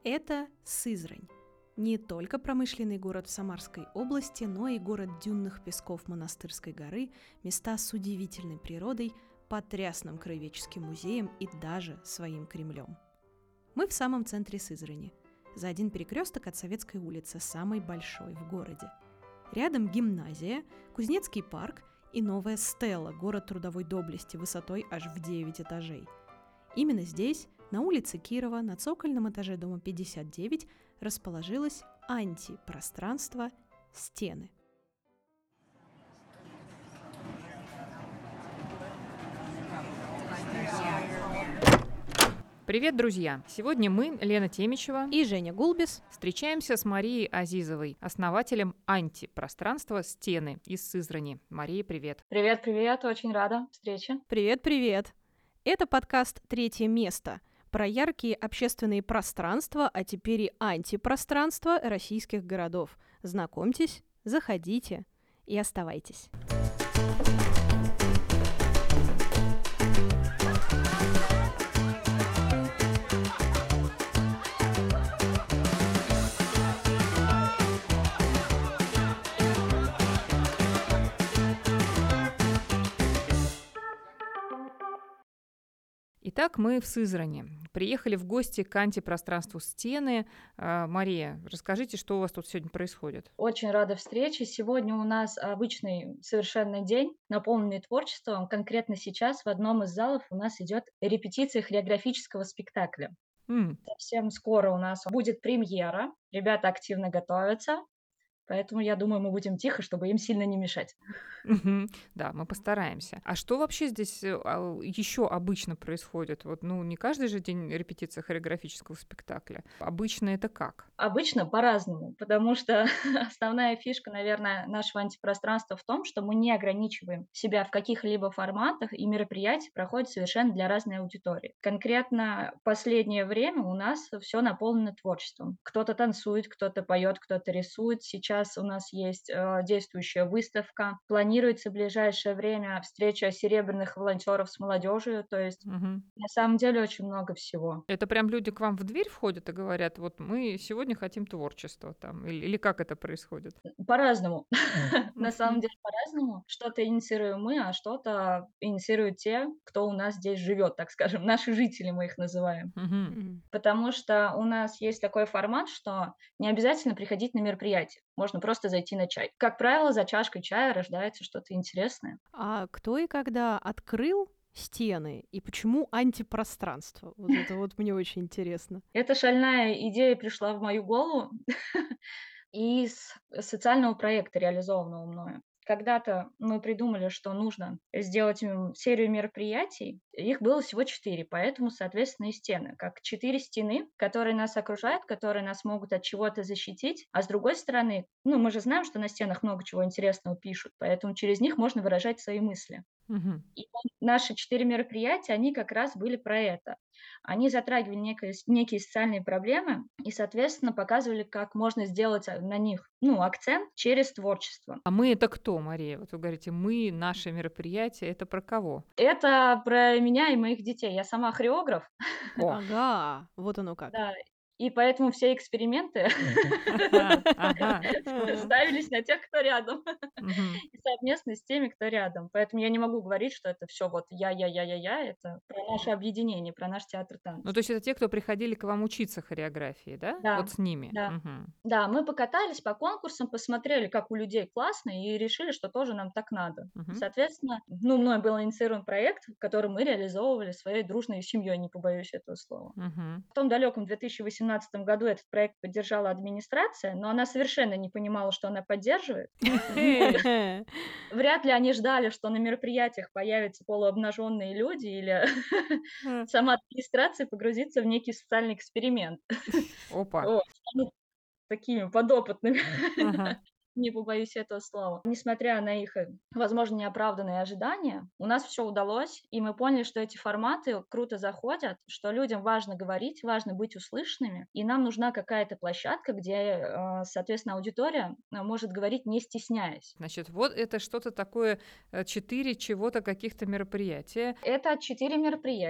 Это Сызрань. Не только промышленный город в Самарской области, но и город дюнных песков Монастырской горы, места с удивительной природой, потрясным краеведческим музеем и даже своим Кремлем. Мы в самом центре Сызрани, за один перекресток от Советской улицы, самой большой в городе. Рядом гимназия, Кузнецкий парк и новая Стелла, город трудовой доблести, высотой аж в 9 этажей. Именно здесь, на улице Кирова, на цокольном этаже дома 59, расположилось антипространство «Стены». Привет, друзья! Сегодня мы, Лена Темичева и Женя Гулбис, встречаемся с Марией Азизовой, основателем антипространства «Стены» из Сызрани. Мария, привет! Привет, очень рада встрече. Привет! Это подкаст «Третье место» про яркие общественные пространства, а теперь и антипространства российских городов. Знакомьтесь, заходите и оставайтесь. Итак, мы в Сызрани. Приехали в гости к антипространству «Стены». Мария, расскажите, что у вас тут сегодня происходит? Очень рада встрече. Сегодня у нас обычный совершенно день, наполненный творчеством. Конкретно сейчас в одном из залов у нас идет репетиция хореографического спектакля. Совсем скоро у нас будет премьера. Ребята активно готовятся. Поэтому, я думаю, мы будем тихо, чтобы им сильно не мешать. Да, мы постараемся. А что вообще здесь еще обычно происходит? Не каждый же день репетиция хореографического спектакля. Обычно это как? Обычно по-разному, потому что основная фишка, наверное, нашего антипространства в том, что мы не ограничиваем себя в каких-либо форматах, и мероприятия проходят совершенно для разной аудитории. Конкретно в последнее время у нас все наполнено творчеством. Кто-то танцует, кто-то поет, кто-то рисует. Сейчас у нас есть действующая выставка. Планируется в ближайшее время встреча серебряных волонтеров с молодежью. То есть на самом деле очень много всего. Это прям люди к вам в дверь входят и говорят, вот мы сегодня хотим творчества там, или как это происходит? По-разному. На самом деле по-разному. Что-то инициируем мы, а что-то инициируют те, кто у нас здесь живет, так скажем, наши жители, мы их называем. Потому что у нас есть такой формат, что не обязательно приходить на мероприятие. Можно просто зайти на чай. Как правило, за чашкой чая рождается что-то интересное. А кто и когда открыл «Стены» и почему антипространство? Вот это вот мне очень интересно. Эта шальная идея пришла в мою голову из социального проекта, реализованного мною. Когда-то мы придумали, что нужно сделать серию мероприятий. Их было всего 4, поэтому, соответственно, и стены. Как 4 стены, которые нас окружают, которые нас могут от чего-то защитить. А с другой стороны, мы же знаем, что на стенах много чего интересного пишут, поэтому через них можно выражать свои мысли. И наши 4 мероприятия, они как раз были про это. Они затрагивали некие социальные проблемы и, соответственно, показывали, как можно сделать на них акцент через творчество. А мы это кто, Мария? Вот вы говорите, мы, наше мероприятие, это про кого? Это про меня и моих детей. Я сама хореограф. Ага, вот оно как. Да. И поэтому все эксперименты ставились на тех, кто рядом. И совместно с теми, кто рядом. Поэтому я не могу говорить, что это все вот я. Это про наше объединение, про наш театр танца. То есть это те, кто приходили к вам учиться хореографии, да? Да. Вот с ними? Да, мы покатались по конкурсам, посмотрели, как у людей классно, и решили, что тоже нам так надо. Соответственно, мной был инициирован проект, который мы реализовывали своей дружной семьей, не побоюсь этого слова. В том далеком 2018 году этот проект поддержала администрация, но она совершенно не понимала, что она поддерживает. Вряд ли они ждали, что на мероприятиях появятся полуобнаженные люди или сама администрация погрузится в некий социальный эксперимент. Опа. Станут такими подопытными. Не побоюсь этого слова. Несмотря на их, возможно, неоправданные ожидания, у нас все удалось, и мы поняли, что эти форматы круто заходят, что людям важно говорить, важно быть услышанными, и нам нужна какая-то площадка, где, соответственно, аудитория может говорить, не стесняясь. Значит, вот это что-то такое, 4 чего-то, каких-то мероприятия. Это 4 мероприятия.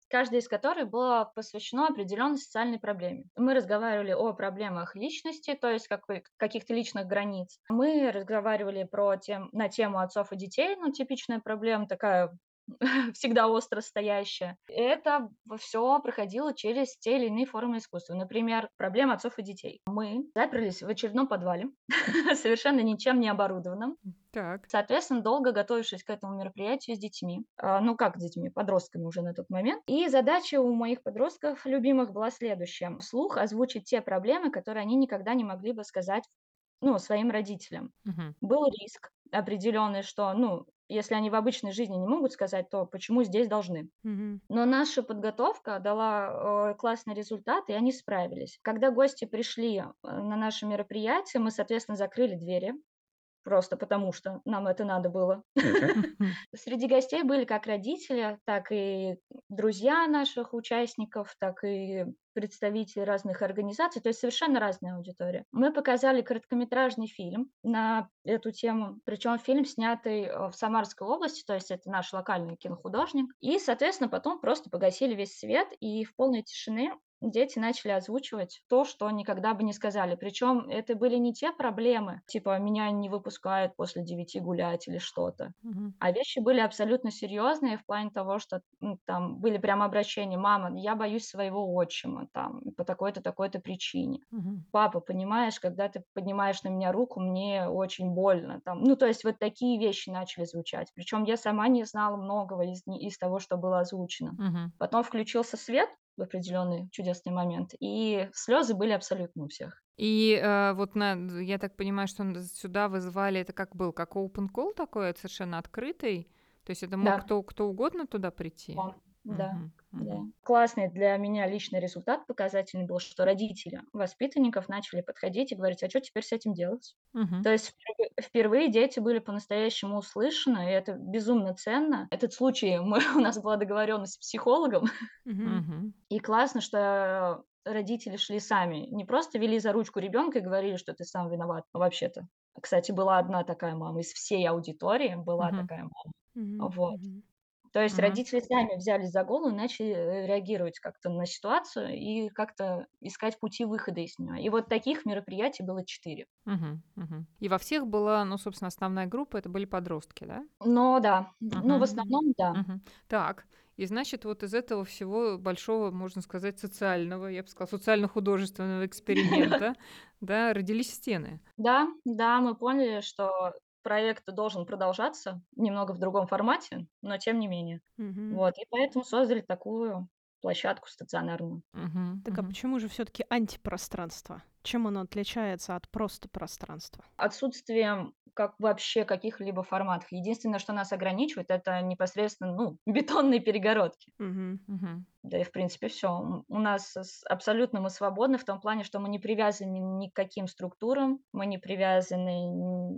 каждая из которых была посвящена определенной социальной проблеме. Мы разговаривали о проблемах личности, то есть каких-то личных границ. Мы разговаривали на тему отцов и детей, ну, типичная проблема такая всегда остро стоящая. Это все проходило через те или иные формы искусства. Например, проблема отцов и детей. Мы заперлись в очередном подвале, совершенно ничем не оборудованном. Так. Соответственно, долго готовившись к этому мероприятию с детьми, ну как с детьми, подростками уже на тот момент. И задача у моих подростков любимых была следующая. Вслух озвучить те проблемы, которые они никогда не могли бы сказать, ну, своим родителям. Мгм. Был риск определенный, что, ну, если они в обычной жизни не могут сказать, то почему здесь должны? Мгм. Но наша подготовка дала классный результат, и они справились. Когда гости пришли на наше мероприятие, мы, соответственно, закрыли двери, просто потому что нам это надо было. Мгм. Среди гостей были как родители, так и друзья наших участников, так и представители разных организаций, то есть совершенно разная аудитория. Мы показали короткометражный фильм на эту тему, причем фильм снятый в Самарской области, то есть это наш локальный кинохудожник. И, соответственно, потом просто погасили весь свет, и в полной тишины дети начали озвучивать то, что никогда бы не сказали. Причем это были не те проблемы, типа меня не выпускают после 9 гулять или что-то. Мгм. А вещи были абсолютно серьезные в плане того, что, там были прям обращения: "Мама, я боюсь своего отчима, там, по такой-то, такой-то причине. Мгм. Папа, понимаешь, когда ты поднимаешь на меня руку, мне очень больно", там. Ну, то есть вот такие вещи начали звучать. Причем я сама не знала многого из того, что было озвучено. Мгм. Потом включился свет в определенный чудесный момент, и слезы были абсолютно у всех. И, вот я так понимаю, что сюда вызвали, это как был, как open call такой, совершенно открытый? То есть это мог Да. кто угодно туда прийти? Да, да, Мгм. да. Мгм. Классный для меня личный результат показательный был, что родители воспитанников начали подходить и говорить: "А что теперь с этим делать?" Мгм. То есть впервые дети были по-настоящему услышаны, и это безумно ценно. Этот случай у нас была договоренность с психологом, Мгм. Мгм. и классно, что родители шли сами, не просто вели за ручку ребенка и говорили, что ты сам виноват, вообще-то. Кстати, была одна такая мама из всей аудитории, была Мгм. такая мама. Мгм. Вот. Мгм. То есть Мгм. родители сами взялись за голову и начали, реагировать как-то на ситуацию и как-то искать пути выхода из нее. И вот таких мероприятий было 4. Мгм. Мгм. И во всех была, ну, собственно, основная группа — это были подростки, да? Но да, ну, в Мгм. Мгм. основном да. Мгм. Так, и значит, вот из этого всего большого, можно сказать, социального, я бы сказала, социально-художественного эксперимента, да, родились стены. Да, да, мы поняли, что проект должен продолжаться немного в другом формате, но тем не менее. Мгм. Вот, и поэтому создали такую площадку стационарную. Мгм. Так а Мгм. почему же все-таки антипространство? Чем оно отличается от просто пространства? Отсутствием как вообще каких-либо форматов. Единственное, что нас ограничивает, это непосредственно, ну, бетонные перегородки. Мгм. Мгм. Да и в принципе все. У нас абсолютно мы свободны в том плане, что мы не привязаны ни к каким структурам, мы не привязаны,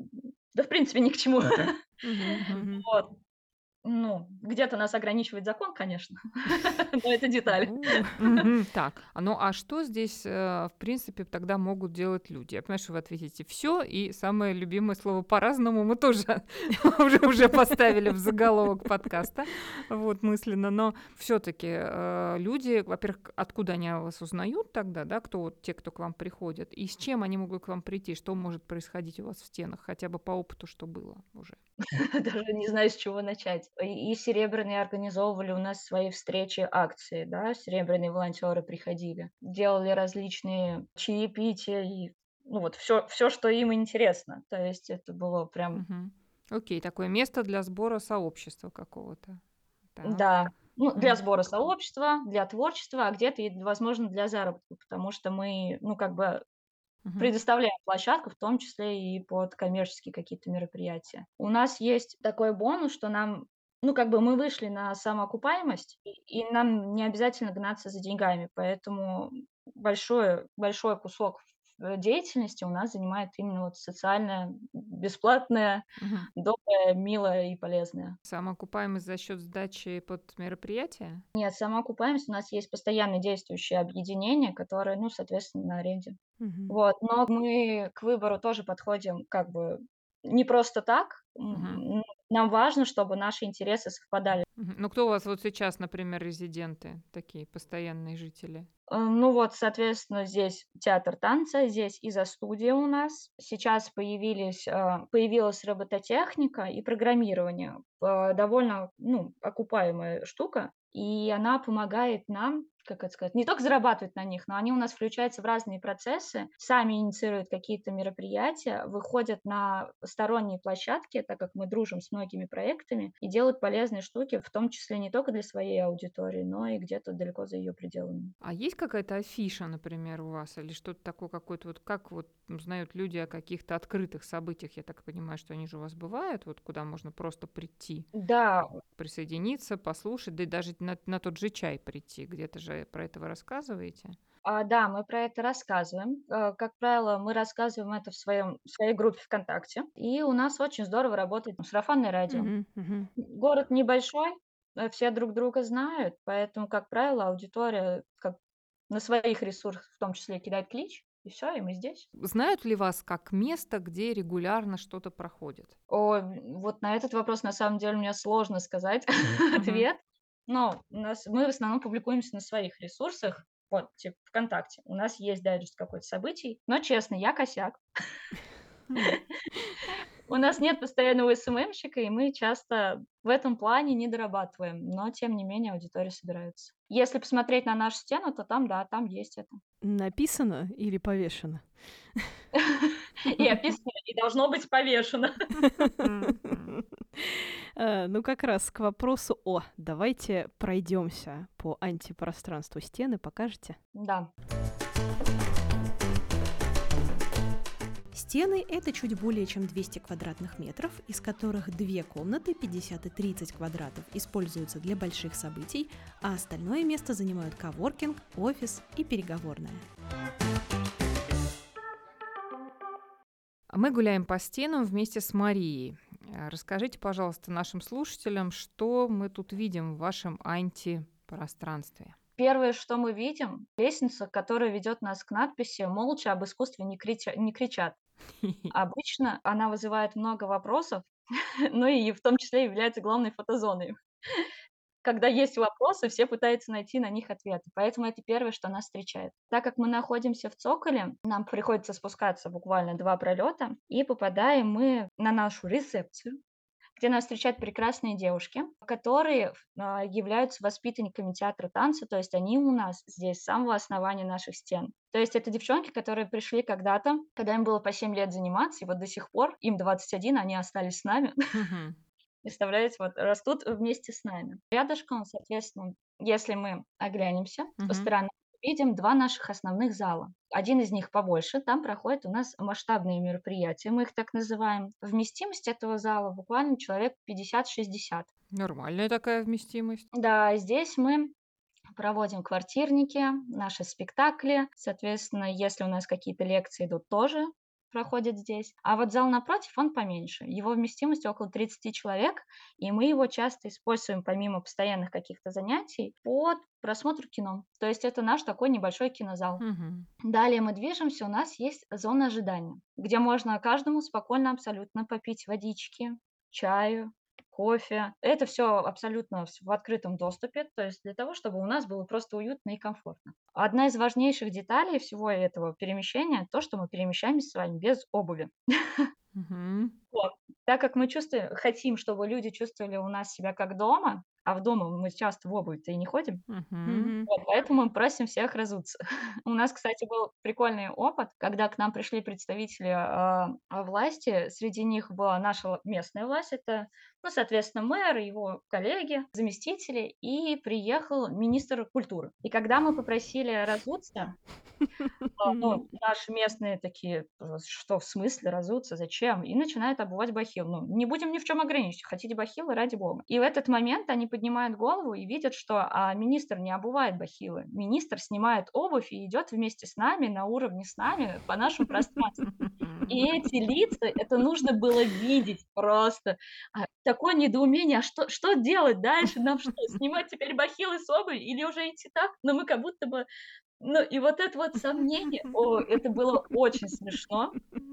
да, в принципе, ни к чему. Мгм. Мгм. Мгм. Вот. Ну, где-то нас ограничивает закон, конечно, но это деталь. Мгм. Так, ну а что здесь, в принципе, тогда могут делать люди? Я понимаю, что вы ответите все, и самое любимое слово по-разному мы тоже уже поставили в заголовок подкаста, вот мысленно, но все-таки люди, во-первых, откуда они о вас узнают тогда, да, кто вот те, кто к вам приходят, и с чем они могут к вам прийти, что может происходить у вас в стенах, хотя бы по опыту, что было уже. Даже не знаю, с чего начать. И серебряные организовывали у нас свои встречи, акции, да, серебряные волонтеры приходили, делали различные чаепития и, ну, вот все, что им интересно. То есть это было прям, Мгм. Окей, такое место для сбора сообщества какого-то. Так. да, ну, для Мгм. сбора сообщества, для творчества, а где-то и, возможно, для заработка, потому что мы, ну, как бы Мгм. предоставляем площадку, в том числе и под коммерческие какие-то мероприятия. У нас есть такой бонус, что нам, ну, как бы мы вышли на самоокупаемость, и нам не обязательно гнаться за деньгами, поэтому большой кусок деятельности у нас занимает именно вот социальная, бесплатная, Мгм. добрая, милая и полезная. Самоокупаемость за счет сдачи под мероприятие? Нет, самоокупаемость у нас есть постоянно действующее объединение, которое, ну, соответственно, на аренде. Мгм. Вот, но мы к выбору тоже подходим как бы не просто так. Мгм. нам важно, чтобы наши интересы совпадали. Ну, кто у вас вот сейчас, например, резиденты, такие постоянные жители? Ну вот, соответственно, здесь театр танца, здесь изо-студия у нас. Сейчас появилась робототехника и программирование. Довольно, ну, окупаемая штука, и она помогает нам, как это сказать, не только зарабатывать на них, но они у нас включаются в разные процессы, сами инициируют какие-то мероприятия, выходят на сторонние площадки, так как мы дружим с многими проектами, и делают полезные штуки, в том числе не только для своей аудитории, но и где-то далеко за ее пределами. А есть какая-то афиша, например, у вас, или что-то такое, какое-то вот как вот узнают люди о каких-то открытых событиях? Я так понимаю, что они же у вас бывают, вот куда можно просто прийти, Да, присоединиться, послушать, да и даже на тот же чай прийти. Где-то же про это вы рассказываете? да, мы про это рассказываем. Как правило, мы рассказываем это в своей группе ВКонтакте. И у нас очень здорово работает сарафанное радио. Мгм, мгм. Город небольшой, все друг друга знают, поэтому, как правило, аудитория как на своих ресурсах в том числе кидает клич, и все, и мы здесь. Знают ли вас как место, где регулярно что-то проходит? Вот на этот вопрос на самом деле мне сложно сказать Мгм. ответ. Но мы в основном публикуемся на своих ресурсах, вот, типа ВКонтакте. У нас есть дайджест какой-то событий, но честно, я косяк. М. У нас нет постоянного СММщика, и мы часто в этом плане не дорабатываем, но тем не менее аудитория собирается. Если посмотреть на нашу стену, то там, да, там есть это. Написано или повешено? И описано, и должно быть повешено. Мгм. Ну, как раз к вопросу давайте пройдемся по антипространству стены, покажете? Да. Стены — это чуть более чем 200 квадратных метров, из которых две комнаты, 50 и 30 квадратов, используются для больших событий, а остальное место занимают коворкинг, офис и переговорная. А мы гуляем по стенам вместе с Марией. Расскажите, пожалуйста, нашим слушателям, что мы тут видим в вашем антипространстве. Первое, что мы видим, лестница, которая ведет нас к надписи «Молча об искусстве не кричат». Обычно она вызывает много вопросов, ну и в том числе является главной фотозоной. Когда есть вопросы, все пытаются найти на них ответы, поэтому это первое, что нас встречает. Так как мы находимся в цоколе, нам приходится спускаться буквально 2 пролета, и попадаем мы на нашу ресепцию, где нас встречают прекрасные девушки, которые являются воспитанниками театра танца, то есть они у нас здесь с самого основания наших стен. То есть это девчонки, которые пришли когда-то, когда им было по 7 лет заниматься, и вот до сих пор, им 21, они остались с нами. Мгм. Представляете, вот растут вместе с нами. Рядышком, соответственно, если мы оглянемся по Мгм. сторонам, видим 2 наших основных зала. Один из них побольше, там проходят у нас масштабные мероприятия, мы их так называем. Вместимость этого зала буквально человек 50-60. Нормальная такая вместимость. Да, здесь мы проводим квартирники, наши спектакли. Соответственно, если у нас какие-то лекции идут, тоже проходят здесь. А вот зал напротив, он поменьше. Его вместимость около 30 человек, и мы его часто используем помимо постоянных каких-то занятий под просмотр кино. То есть это наш такой небольшой кинозал. Мгм. Далее мы движемся, у нас есть зона ожидания, где можно каждому спокойно абсолютно попить водички, чаю, кофе. Это все абсолютно в открытом доступе, то есть для того, чтобы у нас было просто уютно и комфортно. Одна из важнейших деталей всего этого перемещения — то, что мы перемещаемся с вами без обуви. Мгм. Вот. Так как мы хотим, чтобы люди чувствовали у нас себя как дома, а в дома мы часто в обуви-то и не ходим, Мгм. Мгм. вот, поэтому мы просим всех разуться. У нас, кстати, был прикольный опыт, когда к нам пришли представители, власти. Среди них была наша местная власть, это, ну, соответственно, мэр, его коллеги, заместители, и приехал министр культуры. И когда мы попросили разуться, Мгм. ну, наши местные такие: Что, в смысле разуться? Зачем?" И начинают обувать бахил. Ну, не будем ни в чем ограничивать. Хотите бахилы — ради бога. И в этот момент они поднимают голову и видят, что, министр не обувает бахилы. Министр снимает обувь и идет вместе с нами, на уровне с нами, по нашему пространству. И эти лица, это нужно было видеть просто. Такое недоумение: а что делать дальше? Нам что, снимать теперь бахилы с обуви или уже идти так? Но мы как будто бы Ну, и вот это вот сомнение, это было очень смешно.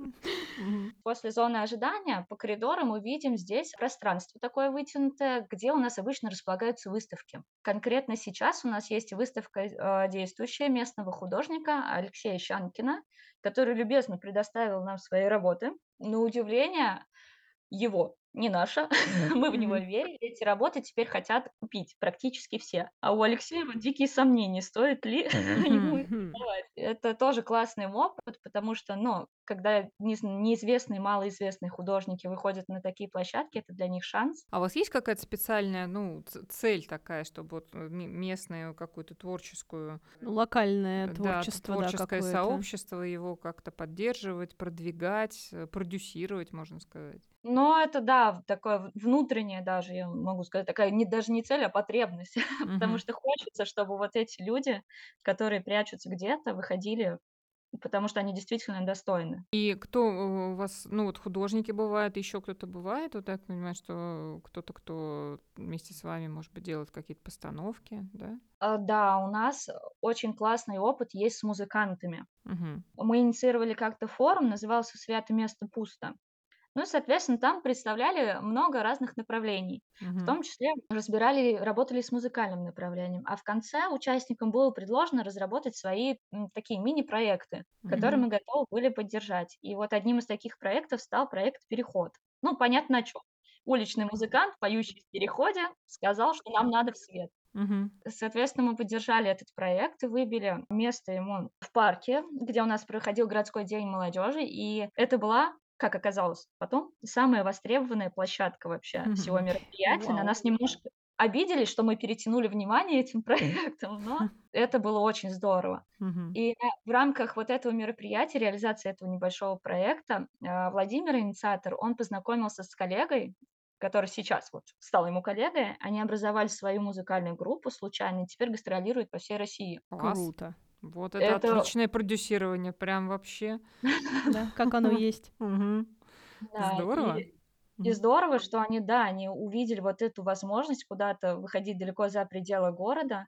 Мгм. После зоны ожидания по коридорам мы видим здесь пространство такое вытянутое, где у нас обычно располагаются выставки. Конкретно сейчас у нас есть выставка действующая местного художника Алексея Щанкина, который любезно предоставил нам свои работы. На удивление, его, не наша. Мы в него Мгм. верили. Эти работы теперь хотят купить практически все. А у Алексея вот дикие сомнения, стоит ли ему их Мгм. продавать. Это тоже классный опыт, потому что, ну, когда неизвестные, малоизвестные художники выходят на такие площадки, это для них шанс. А у вас есть какая-то специальная, ну, цель такая, чтобы вот местную какую-то творческую, Ну, локальное да, творчество, да, творческое какое-то. сообщество, его как-то поддерживать, продвигать, продюсировать, можно сказать? Но это, да, такое внутреннее даже, я могу сказать, такая даже не цель, а потребность. Потому Мгм. что хочется, чтобы вот эти люди, которые прячутся где-то, выходили, потому что они действительно достойны. И кто у вас, ну вот художники бывают, еще кто-то бывает, вот так понимаю, что кто-то, кто вместе с вами, может быть, делает какие-то постановки, да? Да, у нас очень классный опыт есть с музыкантами. Мгм. Мы инициировали как-то форум, назывался «Свято место пусто». Ну и, соответственно, там представляли много разных направлений. В Мгм. том числе работали с музыкальным направлением. А в конце участникам было предложено разработать свои такие мини-проекты, которые Мгм. мы готовы были поддержать. И вот одним из таких проектов стал проект «Переход». Ну, понятно, о чем. Уличный музыкант, поющий в переходе, сказал, что нам надо в свет. Мгм. Соответственно, мы поддержали этот проект и выбили место ему в парке, где у нас проходил городской день молодежи. И это была, как оказалось потом, самая востребованная площадка вообще всего мероприятия. На Вау. нас немножко обиделись, что мы перетянули внимание этим проектом, но это было очень здорово. Мгм. И в рамках вот этого мероприятия, реализации этого небольшого проекта, Владимир, инициатор, он познакомился с коллегой, который сейчас вот стал ему коллегой. Они образовали свою музыкальную группу случайно и теперь гастролируют по всей России. Класс. Круто. Вот это Это отличное продюсирование, прям вообще. Да, как оно есть. Мгм. да, Здорово. и Мгм. здорово, что они, да, они увидели вот эту возможность куда-то выходить далеко за пределы города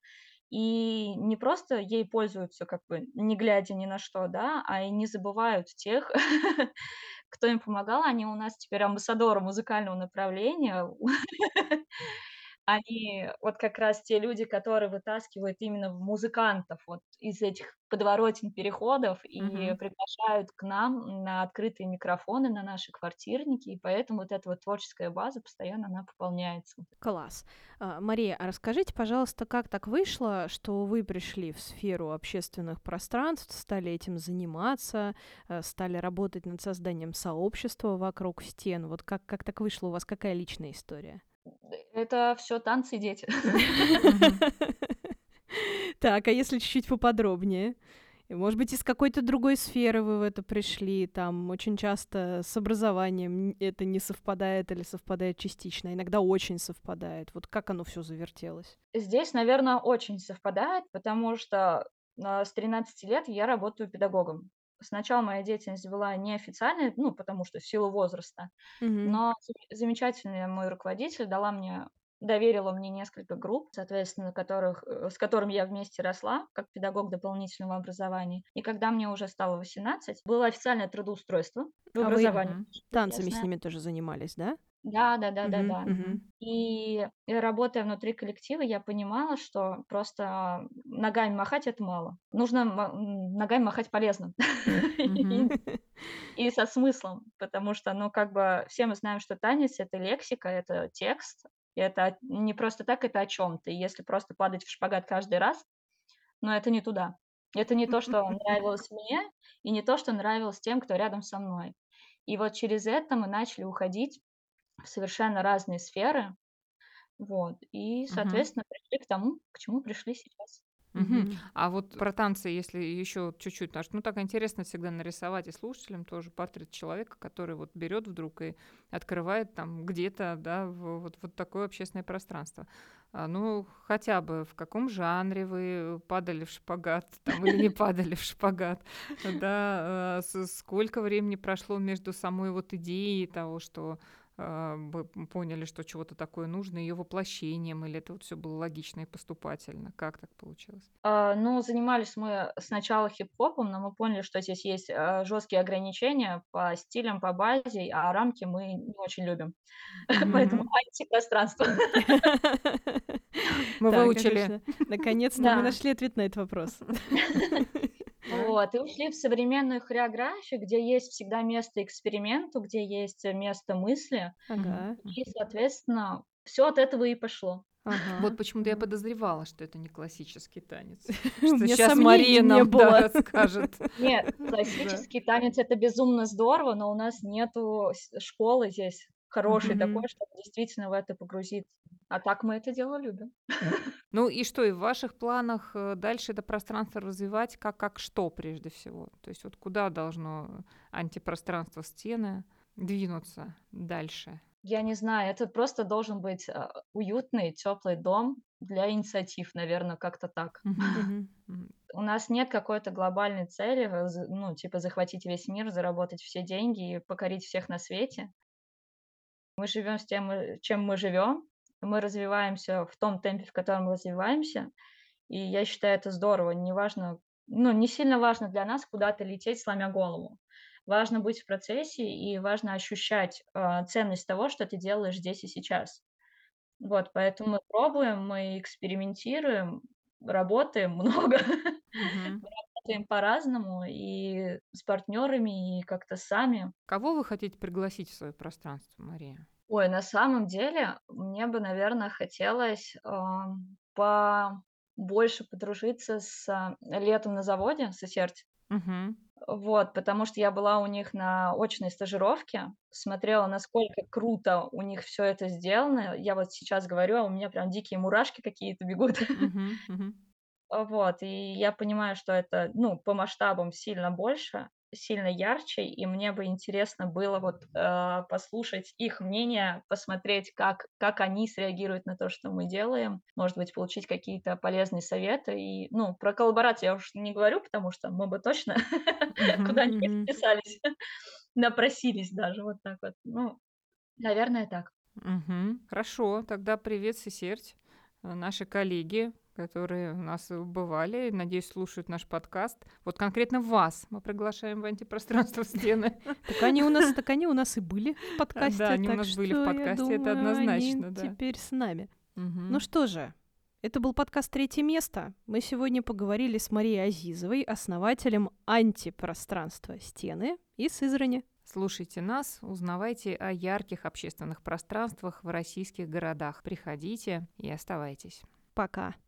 и не просто ей пользуются, как бы не глядя ни на что, да, а и не забывают тех, кто им помогал. Они у нас теперь амбассадоры музыкального направления. Они вот как раз те люди, которые вытаскивают именно музыкантов вот из этих подворотен, переходов и Мгм. приглашают к нам на открытые микрофоны, на наши квартирники. И поэтому вот эта вот творческая база постоянно она пополняется. Класс. Мария, а расскажите, пожалуйста, как так вышло, что вы пришли в сферу общественных пространств, стали этим заниматься, стали работать над созданием сообщества вокруг стен? Вот как так вышло? У вас какая личная история? Это все танцы и дети. Мгм. Так, а если чуть-чуть поподробнее? И, может быть, из какой-то другой сферы вы в это пришли? Там очень часто с образованием это не совпадает или совпадает частично, а иногда очень совпадает. Вот как оно все завертелось? Здесь, наверное, очень совпадает, потому что, с 13 лет я работаю педагогом. Сначала моя деятельность была неофициальной, ну, потому что в силу возраста. Мгм. Но замечательный мой руководитель доверила мне несколько групп, соответственно, с которыми я вместе росла, как педагог дополнительного образования. И когда мне уже стало 18, было официальное трудоустройство в А вы образовании Мгм. танцами с совместное. ними тоже занимались, да? Да, да-да-да-да. Мгм. И работая внутри коллектива, я понимала, что просто ногами махать — это мало. Нужно ногами махать полезно Мгм. и со смыслом, потому что, ну, как бы все мы знаем, что танец — это лексика, это текст, и это не просто так, это о чем то. И если просто падать в шпагат каждый раз, но это не туда. Это не то, что нравилось мне, и не то, что нравилось тем, кто рядом со мной. И вот через это мы начали уходить в совершенно разные сферы. Вот. И, Мгм. соответственно, пришли к тому, к чему пришли сейчас. Мгм. Мгм. А вот про танцы, если еще чуть-чуть, потому что, ну, так интересно всегда нарисовать и слушателям тоже портрет человека, который вот берет вдруг и открывает там где-то, да, вот такое общественное пространство. Ну, хотя бы в каком жанре вы падали в шпагат там или не падали в шпагат, да, сколько времени прошло между самой вот идеей того, что вы поняли, что чего-то такое нужно, ее воплощением, или это вот все было логично и поступательно? Как так получилось? Ну, занимались мы сначала хип-хопом, но мы поняли, что здесь есть жесткие ограничения по стилям, по базе, а рамки мы не очень любим. Поэтому Мгм. антипространство. Мы Так, выучили. отлично. Наконец-то мы Да. нашли ответ на этот вопрос. Так. Вот, и ушли в современную хореографию, где есть всегда место эксперименту, где есть место мысли, Ага. и, соответственно, все от этого и пошло. Ага. Вот почему-то я Ага. подозревала, что это не классический танец. У Что меня сейчас сомнений Мария не нам, да, было. расскажет. Нет, Да. классический танец — это безумно здорово, но у нас нету школы здесь хорошей такой, Мгм. чтобы действительно в это погрузиться. А так мы это дело любим. Ну и что, и в ваших планах дальше это пространство развивать как что прежде всего? То есть вот куда должно антипространство стены двинуться дальше? Я не знаю, это просто должен быть уютный, теплый дом для инициатив, наверное, как-то так. Мгм. Мгм. У нас нет какой-то глобальной цели, ну, типа захватить весь мир, заработать все деньги и покорить всех на свете. Мы живем с тем, чем мы живем. Мы развиваемся в том темпе, в котором мы развиваемся. И я считаю, это здорово. Неважно, ну, не сильно важно для нас куда-то лететь, сломя голову. Важно быть в процессе и важно ощущать ценность того, что ты делаешь здесь и сейчас. Вот, поэтому мы пробуем, мы экспериментируем, работаем много, Мгм. работаем по-разному и с партнерами, и как-то сами. Кого вы хотите пригласить в свое пространство, Мария? Ой, на самом деле, мне бы, наверное, хотелось побольше подружиться с Летом на заводе, с Сесерти. Мгм. Вот, потому что я была у них на очной стажировке, смотрела, насколько круто у них все это сделано. Я вот сейчас говорю, а у меня прям дикие мурашки какие-то бегут. Мгм. Мгм. Вот, и я понимаю, что это, ну, по масштабам сильно больше, сильно ярче, и мне бы интересно было вот, послушать их мнение, посмотреть, как они среагируют на то, что мы делаем. Может быть, получить какие-то полезные советы. И, ну, про коллаборацию я уж не говорю, потому что мы бы точно Мгм. куда-нибудь Мгм. вписались, напросились даже, вот так вот. Ну, наверное, так. Мгм. Хорошо, тогда привет, Сесерть, наши коллеги, которые у нас бывали, надеюсь, слушают наш подкаст. Вот конкретно вас мы приглашаем в антипространство стены. Так они у нас и были в подкасте, Да, они у так нас были в что я подкасте, это думаю, они однозначно, да. теперь с нами. Мгм. Ну что же, это был подкаст «Третье место». Мы сегодня поговорили с Марией Азизовой, основателем антипространства «Стены» из Сызрани. Слушайте нас, узнавайте о ярких общественных пространствах в российских городах. Приходите и оставайтесь. Пока.